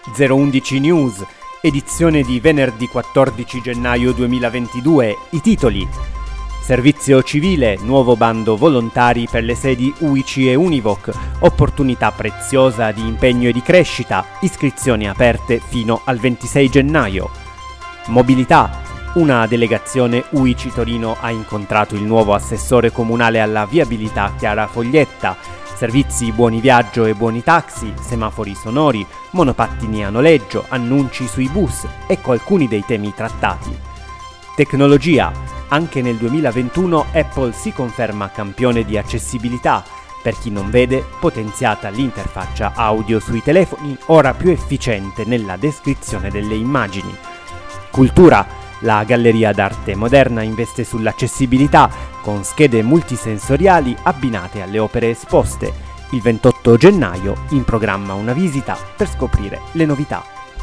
011 News, edizione di venerdì 14 gennaio 2022, i titoli: Servizio civile, nuovo bando volontari per le sedi UIC e Univoc, opportunità preziosa di impegno e di crescita, iscrizioni aperte fino al 26 gennaio. Mobilità, una delegazione UIC Torino ha incontrato il nuovo assessore comunale alla viabilità Chiara Foglietta. Servizi buoni viaggio e buoni taxi, semafori sonori, monopattini a noleggio, annunci sui bus, ecco alcuni dei temi trattati. Tecnologia, anche nel 2021 Apple si conferma campione di accessibilità. Per chi non vede, potenziata l'interfaccia audio sui telefoni, ora più efficiente nella descrizione delle immagini. Cultura, la Galleria d'Arte Moderna investe sull'accessibilità con schede multisensoriali abbinate alle opere esposte. Il 28 gennaio in programma una visita per scoprire le novità.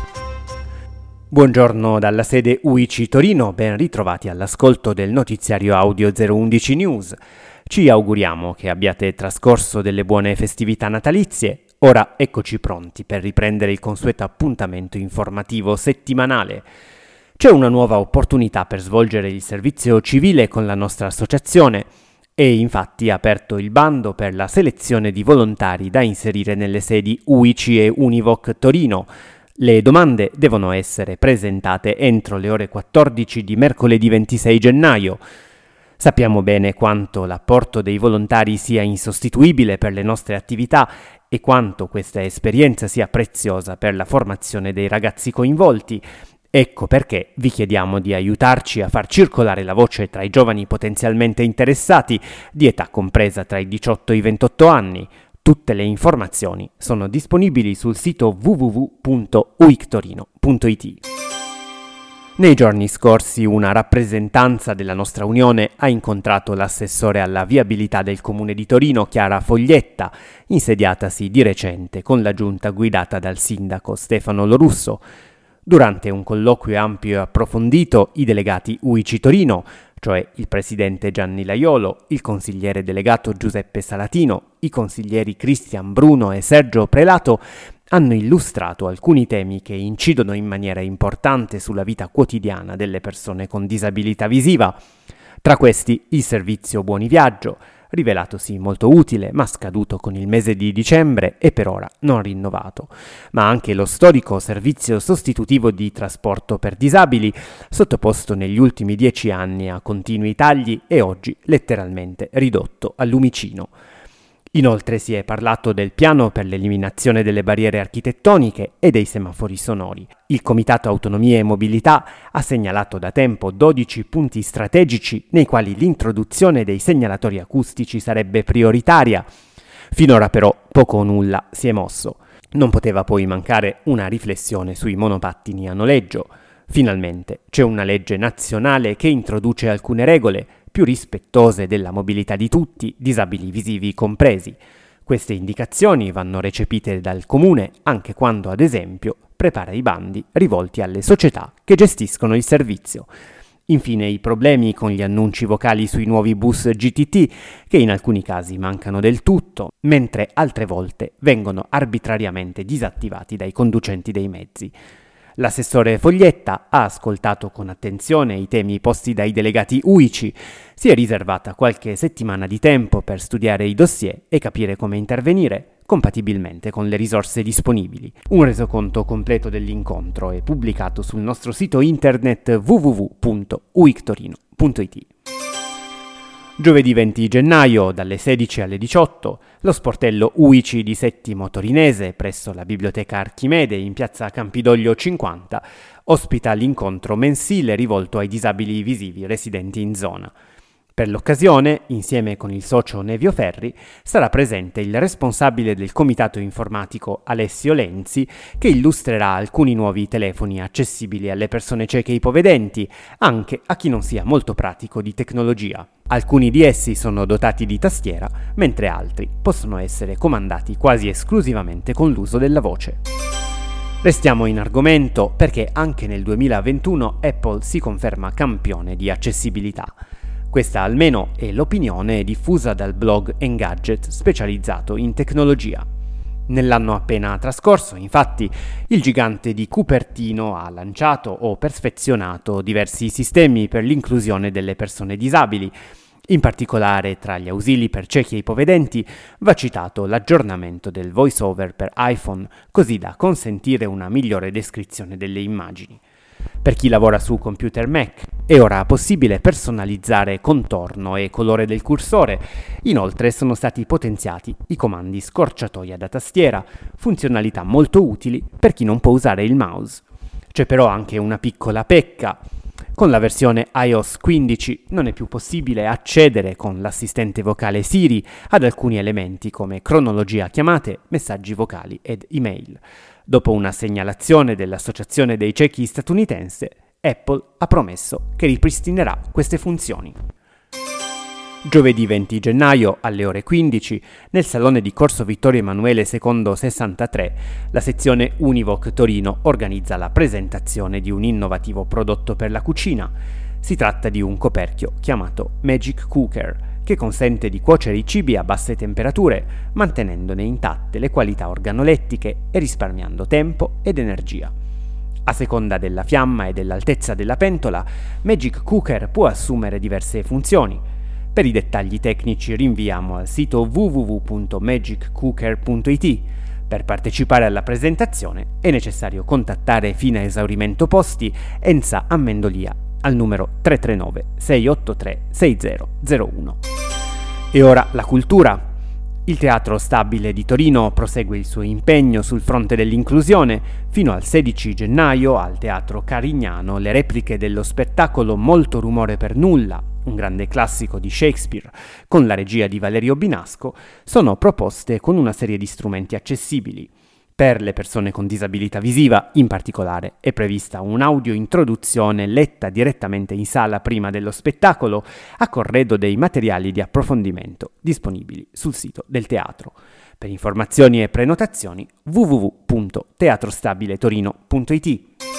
Buongiorno dalla sede UIC Torino, ben ritrovati all'ascolto del notiziario audio 011 News. Ci auguriamo che abbiate trascorso delle buone festività natalizie. Ora eccoci pronti per riprendere il consueto appuntamento informativo settimanale. C'è una nuova opportunità per svolgere il servizio civile con la nostra associazione. È infatti aperto il bando per la selezione di volontari da inserire nelle sedi UIC e Univoc Torino. Le domande devono essere presentate entro le ore 14 di mercoledì 26 gennaio. Sappiamo bene quanto l'apporto dei volontari sia insostituibile per le nostre attività e quanto questa esperienza sia preziosa per la formazione dei ragazzi coinvolti. Ecco perché vi chiediamo di aiutarci a far circolare la voce tra i giovani potenzialmente interessati, di età compresa tra i 18 e i 28 anni. Tutte le informazioni sono disponibili sul sito www.uictorino.it. Nei giorni scorsi una rappresentanza della nostra unione ha incontrato l'assessore alla viabilità del Comune di Torino, Chiara Foglietta, insediatasi di recente con la giunta guidata dal sindaco Stefano Lorusso. Durante un colloquio ampio e approfondito, i delegati UIC Torino, cioè il presidente Gianni Laiolo, il consigliere delegato Giuseppe Salatino, i consiglieri Cristian Bruno e Sergio Prelato, hanno illustrato alcuni temi che incidono in maniera importante sulla vita quotidiana delle persone con disabilità visiva. Tra questi il servizio Buoni Viaggio, rivelatosi molto utile ma scaduto con il mese di dicembre e per ora non rinnovato, ma anche lo storico servizio sostitutivo di trasporto per disabili, sottoposto negli ultimi 10 anni a continui tagli e oggi letteralmente ridotto al lumicino. Inoltre si è parlato del piano per l'eliminazione delle barriere architettoniche e dei semafori sonori. Il Comitato Autonomia e Mobilità ha segnalato da tempo 12 punti strategici nei quali l'introduzione dei segnalatori acustici sarebbe prioritaria. Finora però poco o nulla si è mosso. Non poteva poi mancare una riflessione sui monopattini a noleggio. Finalmente c'è una legge nazionale che introduce alcune regole più rispettose della mobilità di tutti, disabili visivi compresi. Queste indicazioni vanno recepite dal Comune anche quando, ad esempio, prepara i bandi rivolti alle società che gestiscono il servizio. Infine i problemi con gli annunci vocali sui nuovi bus GTT, che in alcuni casi mancano del tutto, mentre altre volte vengono arbitrariamente disattivati dai conducenti dei mezzi. L'assessore Foglietta ha ascoltato con attenzione i temi posti dai delegati UIC, si è riservata qualche settimana di tempo per studiare i dossier e capire come intervenire, compatibilmente con le risorse disponibili. Un resoconto completo dell'incontro è pubblicato sul nostro sito internet www.uictorino.it. Giovedì 20 gennaio, dalle 16 alle 18, lo sportello UIC di Settimo Torinese, presso la Biblioteca Archimede in piazza Campidoglio 50, ospita l'incontro mensile rivolto ai disabili visivi residenti in zona. Per l'occasione, insieme con il socio Nevio Ferri, sarà presente il responsabile del comitato informatico Alessio Lenzi, che illustrerà alcuni nuovi telefoni accessibili alle persone cieche e ipovedenti, anche a chi non sia molto pratico di tecnologia. Alcuni di essi sono dotati di tastiera, mentre altri possono essere comandati quasi esclusivamente con l'uso della voce. Restiamo in argomento perché anche nel 2021 Apple si conferma campione di accessibilità. Questa almeno è l'opinione diffusa dal blog Engadget specializzato in tecnologia. Nell'anno appena trascorso, infatti, il gigante di Cupertino ha lanciato o perfezionato diversi sistemi per l'inclusione delle persone disabili. In particolare, tra gli ausili per ciechi e ipovedenti, va citato l'aggiornamento del VoiceOver per iPhone, così da consentire una migliore descrizione delle immagini. Per chi lavora su computer Mac è ora possibile personalizzare contorno e colore del cursore. Inoltre sono stati potenziati i comandi scorciatoia da tastiera, funzionalità molto utili per chi non può usare il mouse. C'è però anche una piccola pecca. Con la versione iOS 15 non è più possibile accedere con l'assistente vocale Siri ad alcuni elementi come cronologia chiamate, messaggi vocali ed email. Dopo una segnalazione dell'Associazione dei Ciechi statunitense, Apple ha promesso che ripristinerà queste funzioni. Giovedì 20 gennaio alle ore 15, nel salone di Corso Vittorio Emanuele II 63, la sezione Univoc Torino organizza la presentazione di un innovativo prodotto per la cucina. Si tratta di un coperchio chiamato Magic Cooker, che consente di cuocere i cibi a basse temperature, mantenendone intatte le qualità organolettiche e risparmiando tempo ed energia. A seconda della fiamma e dell'altezza della pentola, Magic Cooker può assumere diverse funzioni. Per i dettagli tecnici rinviamo al sito www.magiccooker.it. Per partecipare alla presentazione è necessario contattare fino a esaurimento posti Enza Amendolia al numero 339 683 6001. E ora la cultura. Il Teatro Stabile di Torino prosegue il suo impegno sul fronte dell'inclusione. Fino al 16 gennaio al Teatro Carignano le repliche dello spettacolo Molto rumore per nulla, un grande classico di Shakespeare, con la regia di Valerio Binasco, sono proposte con una serie di strumenti accessibili. Per le persone con disabilità visiva, in particolare, è prevista un'audio introduzione letta direttamente in sala prima dello spettacolo, a corredo dei materiali di approfondimento disponibili sul sito del teatro. Per informazioni e prenotazioni www.teatrostabiletorino.it.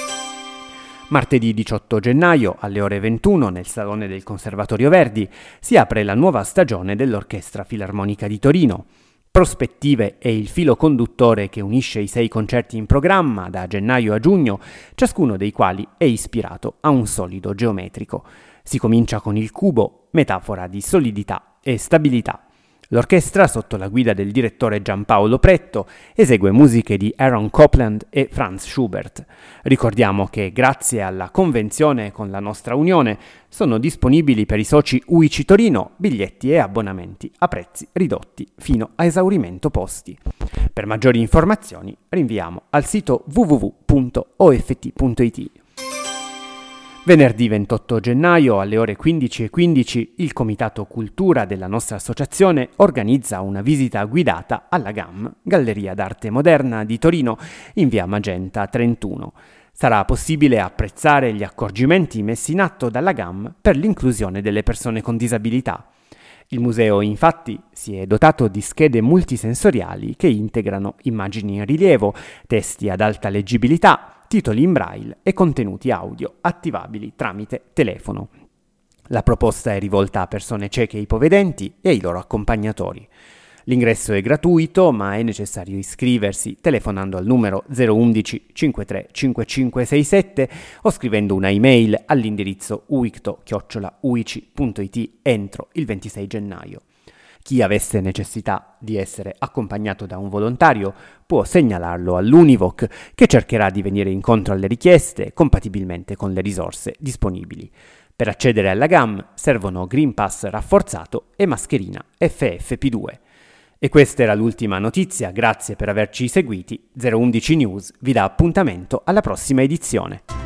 Martedì 18 gennaio alle ore 21 nel Salone del Conservatorio Verdi si apre la nuova stagione dell'Orchestra Filarmonica di Torino. Prospettive è il filo conduttore che unisce i 6 concerti in programma da gennaio a giugno, ciascuno dei quali è ispirato a un solido geometrico. Si comincia con il cubo, metafora di solidità e stabilità. L'orchestra, sotto la guida del direttore Giampaolo Pretto, esegue musiche di Aaron Copland e Franz Schubert. Ricordiamo che, grazie alla convenzione con la nostra unione, sono disponibili per i soci UIC Torino biglietti e abbonamenti a prezzi ridotti fino a esaurimento posti. Per maggiori informazioni rinviamo al sito www.oft.it. Venerdì 28 gennaio alle ore 15:15 il Comitato Cultura della nostra associazione organizza una visita guidata alla GAM, Galleria d'Arte Moderna di Torino, in via Magenta 31. Sarà possibile apprezzare gli accorgimenti messi in atto dalla GAM per l'inclusione delle persone con disabilità. Il museo, infatti, si è dotato di schede multisensoriali che integrano immagini in rilievo, testi ad alta leggibilità, titoli in braille e contenuti audio attivabili tramite telefono. La proposta è rivolta a persone cieche e ipovedenti e ai loro accompagnatori. L'ingresso è gratuito, ma è necessario iscriversi telefonando al numero 011 53 5567 o scrivendo una email all'indirizzo uicto@uici.it entro il 26 gennaio. Chi avesse necessità di essere accompagnato da un volontario può segnalarlo all'Univoc, che cercherà di venire incontro alle richieste compatibilmente con le risorse disponibili. Per accedere alla GAM servono Green Pass rafforzato e mascherina FFP2. E questa era l'ultima notizia, grazie per averci seguiti. 011 News vi dà appuntamento alla prossima edizione.